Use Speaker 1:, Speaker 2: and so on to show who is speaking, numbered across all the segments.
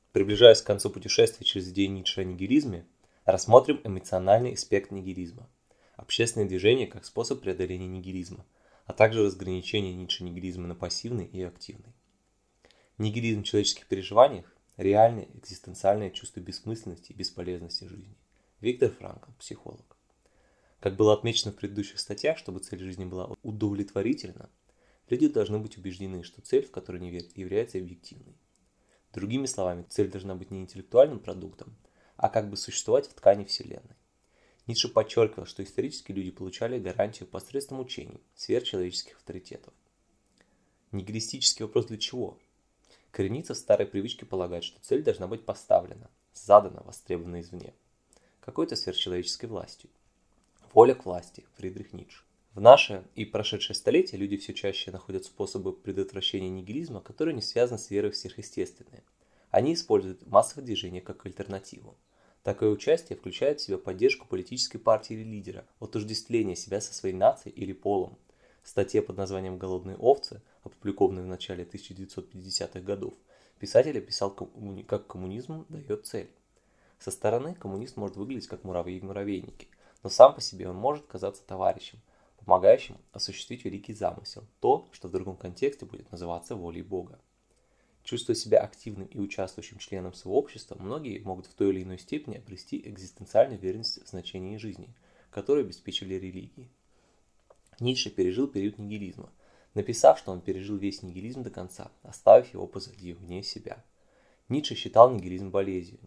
Speaker 1: Приближаясь к концу путешествия через идеи Ницше о нигилизме, рассмотрим эмоциональный аспект нигилизма, общественное движение как способ преодоления нигилизма, а также разграничение Ницше нигилизма на пассивный и активный. Нигилизм в человеческих переживаниях – реальное экзистенциальное чувство бессмысленности и бесполезности жизни. Виктор Франкл, психолог. Как было отмечено в предыдущих статьях, чтобы цель жизни была удовлетворительна, люди должны быть убеждены, что цель, в которую они верят, является объективной. Другими словами, цель должна быть не интеллектуальным продуктом, а как бы существовать в ткани Вселенной. Ницше подчеркивал, что исторически люди получали гарантию посредством учений, сверхчеловеческих авторитетов. Нигилистический вопрос для чего? Коренится в старой привычке полагать, что цель должна быть поставлена, задана, востребована извне, какой-то сверхчеловеческой властью. Воля к власти, Фридрих Ницше. В наше и прошедшее столетие люди все чаще находят способы предотвращения нигилизма, которые не связаны с верой в сверхъестественное. Они используют массовое движение как альтернативу. Такое участие включает в себя поддержку политической партии или лидера, отождествление себя со своей нацией или полом. В статье под названием «Голодные овцы», опубликованной в начале 1950-х годов, писатель описал, как коммунизм дает цель. Со стороны коммунист может выглядеть как муравей в муравейнике, но сам по себе он может казаться товарищем, помогающим осуществить великий замысел, то, что в другом контексте будет называться волей Бога. Чувствуя себя активным и участвующим членом своего общества, многие могут в той или иной степени обрести экзистенциальную уверенность в значении жизни, которую обеспечивали религии. Ницше пережил период нигилизма, написав, что он пережил весь нигилизм до конца, оставив его позади, вне себя. Ницше считал нигилизм болезнью,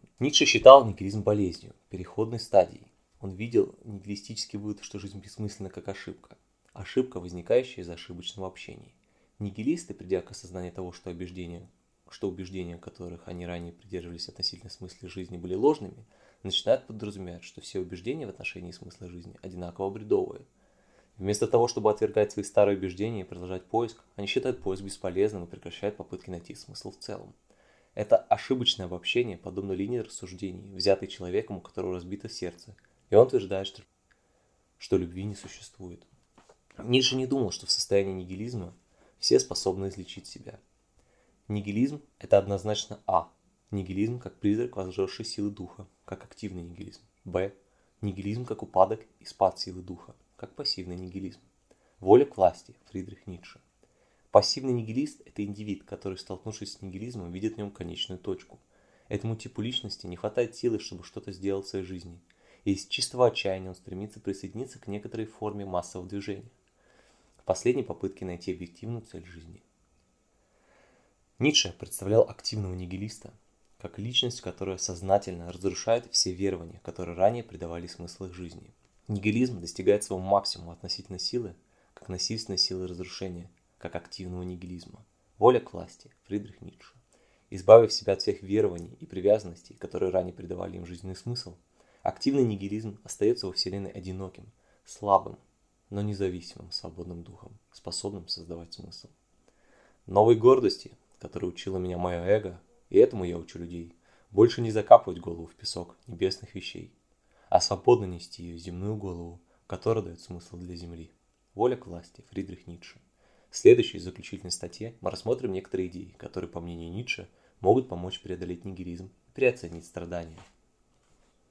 Speaker 1: переходной стадией. Он видел нигилистический вывод, что жизнь бессмысленна как ошибка. Ошибка, возникающая из ошибочного общения. Нигилисты, придя к осознанию того, что убеждения, которых они ранее придерживались относительно смысла жизни, были ложными, начинают подразумевать, что все убеждения в отношении смысла жизни одинаково бредовые. Вместо того, чтобы отвергать свои старые убеждения и продолжать поиск, они считают поиск бесполезным и прекращают попытки найти смысл в целом. Это ошибочное обобщение, подобно линии рассуждений, взятой человеком, у которого разбито сердце, и он утверждает, что любви не существует. Ницше не думал, что в состоянии нигилизма все способны излечить себя. Нигилизм – это однозначно А. Нигилизм как призрак возросшей силы духа, как активный нигилизм. Б. Нигилизм как упадок и спад силы духа, как пассивный нигилизм. Воля к власти, Фридрих Ницше. Пассивный нигилист – это индивид, который, столкнувшись с нигилизмом, видит в нем конечную точку. Этому типу личности не хватает силы, чтобы что-то сделать в своей жизни, и из чистого отчаяния он стремится присоединиться к некоторой форме массового движения, в последней попытке найти объективную цель жизни. Ницше представлял активного нигилиста как личность, которая сознательно разрушает все верования, которые ранее придавали смысл их жизни. Нигилизм достигает своего максимума относительно силы, как насильственной силы разрушения, как активного нигилизма. Воля к власти, Фридрих Ницше. Избавив себя от всех верований и привязанностей, которые ранее придавали им жизненный смысл, активный нигилизм остается во Вселенной одиноким, слабым, но независимым, свободным духом, способным создавать смысл. Новой гордости, которой учила меня мое эго, и этому я учу людей, больше не закапывать голову в песок небесных вещей, а свободно нести ее земную голову, которая дает смысл для земли. Воля к власти, Фридрих Ницше. В следующей заключительной статье мы рассмотрим некоторые идеи, которые, по мнению Ницше, могут помочь преодолеть нигилизм и переоценить страдания.